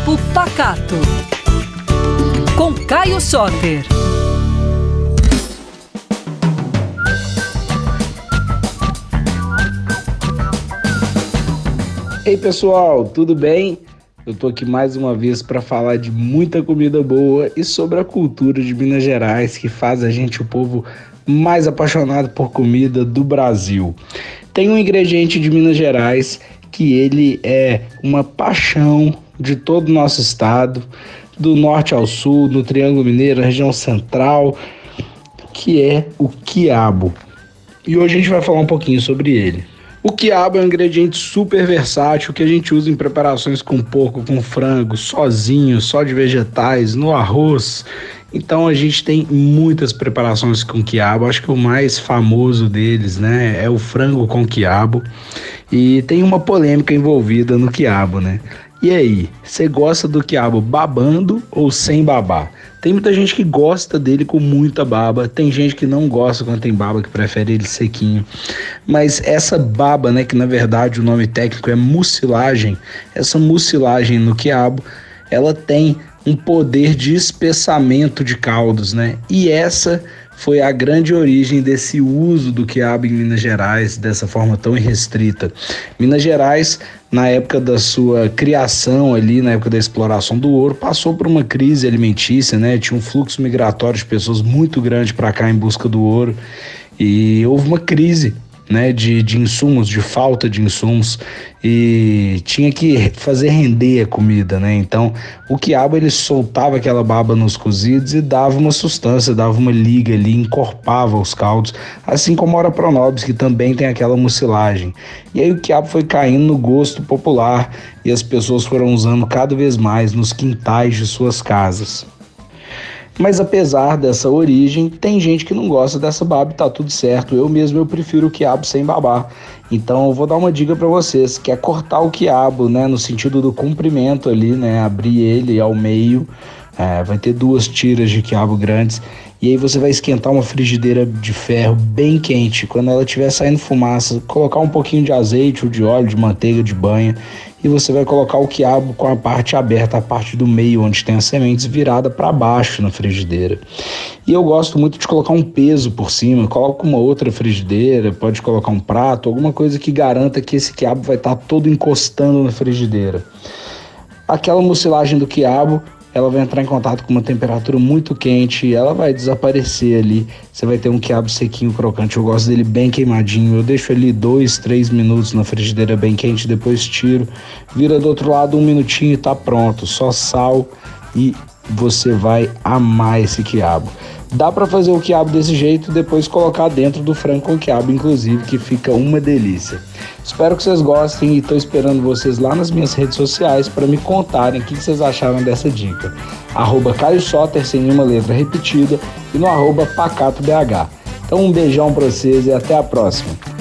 Papo Pacato, com Caio Soter. Ei pessoal, tudo bem? Eu tô aqui mais uma vez para falar de muita comida boa e sobre a cultura de Minas Gerais, que faz a gente o povo mais apaixonado por comida do Brasil. Tem um ingrediente de Minas Gerais que ele é uma paixão de todo o nosso estado, do norte ao sul, no Triângulo Mineiro, região central, que é o quiabo. E hoje a gente vai falar um pouquinho sobre ele. O quiabo é um ingrediente super versátil que a gente usa em preparações com porco, com frango, sozinho, só de vegetais, no arroz. Então a gente tem muitas preparações com quiabo. Acho que o mais famoso deles, né, é o frango com quiabo. E tem uma polêmica envolvida no quiabo, né? E aí, você gosta do quiabo babando ou sem babar? Tem muita gente que gosta dele com muita baba, tem gente que não gosta quando tem baba, que prefere ele sequinho. Mas essa baba, né, que na verdade o nome técnico é mucilagem, essa mucilagem no quiabo, ela tem um poder de espessamento de caldos, né? E essa foi a grande origem desse uso do quiabo em Minas Gerais, dessa forma tão irrestrita. Minas Gerais, na época da sua criação ali, na época da exploração do ouro, passou por uma crise alimentícia, né? Tinha um fluxo migratório de pessoas muito grande para cá em busca do ouro e houve uma crise, né, de insumos, de falta de insumos, e tinha que fazer render a comida, né? Então o quiabo ele soltava aquela baba nos cozidos e dava uma sustância, dava uma liga ali, encorpava os caldos, assim como a Ora Pronobis, que também tem aquela mucilagem. E aí o quiabo foi caindo no gosto popular e as pessoas foram usando cada vez mais nos quintais de suas casas. Mas apesar dessa origem, tem gente que não gosta dessa baba e tá tudo certo. Eu mesmo prefiro o quiabo sem babar. Então eu vou dar uma dica para vocês, que é cortar o quiabo, né, no sentido do comprimento ali, né, abrir ele ao meio. Vai ter 2 tiras de quiabo grandes e aí você vai esquentar uma frigideira de ferro bem quente. Quando ela estiver saindo fumaça, colocar um pouquinho de azeite ou de óleo, de manteiga, de banha, e você vai colocar o quiabo com a parte aberta, a parte do meio onde tem as sementes, virada para baixo na frigideira. E eu gosto muito de colocar um peso por cima, coloca uma outra frigideira, pode colocar um prato, alguma coisa que garanta que esse quiabo vai estar todo encostando na frigideira. Aquela mucilagem do quiabo, ela vai entrar em contato com uma temperatura muito quente e ela vai desaparecer ali. Você vai ter um quiabo sequinho, crocante. Eu gosto dele bem queimadinho. Eu deixo ele 2, 3 minutos na frigideira bem quente, depois tiro. Vira do outro lado 1 minutinho e tá pronto. Só sal e você vai amar esse quiabo. Dá para fazer o quiabo desse jeito e depois colocar dentro do frango com quiabo, inclusive, que fica uma delícia. Espero que vocês gostem e estou esperando vocês lá nas minhas redes sociais para me contarem o que vocês acharam dessa dica. @Caio Soter, sem nenhuma letra repetida, e no @PacatoBH. Então um beijão para vocês e até a próxima.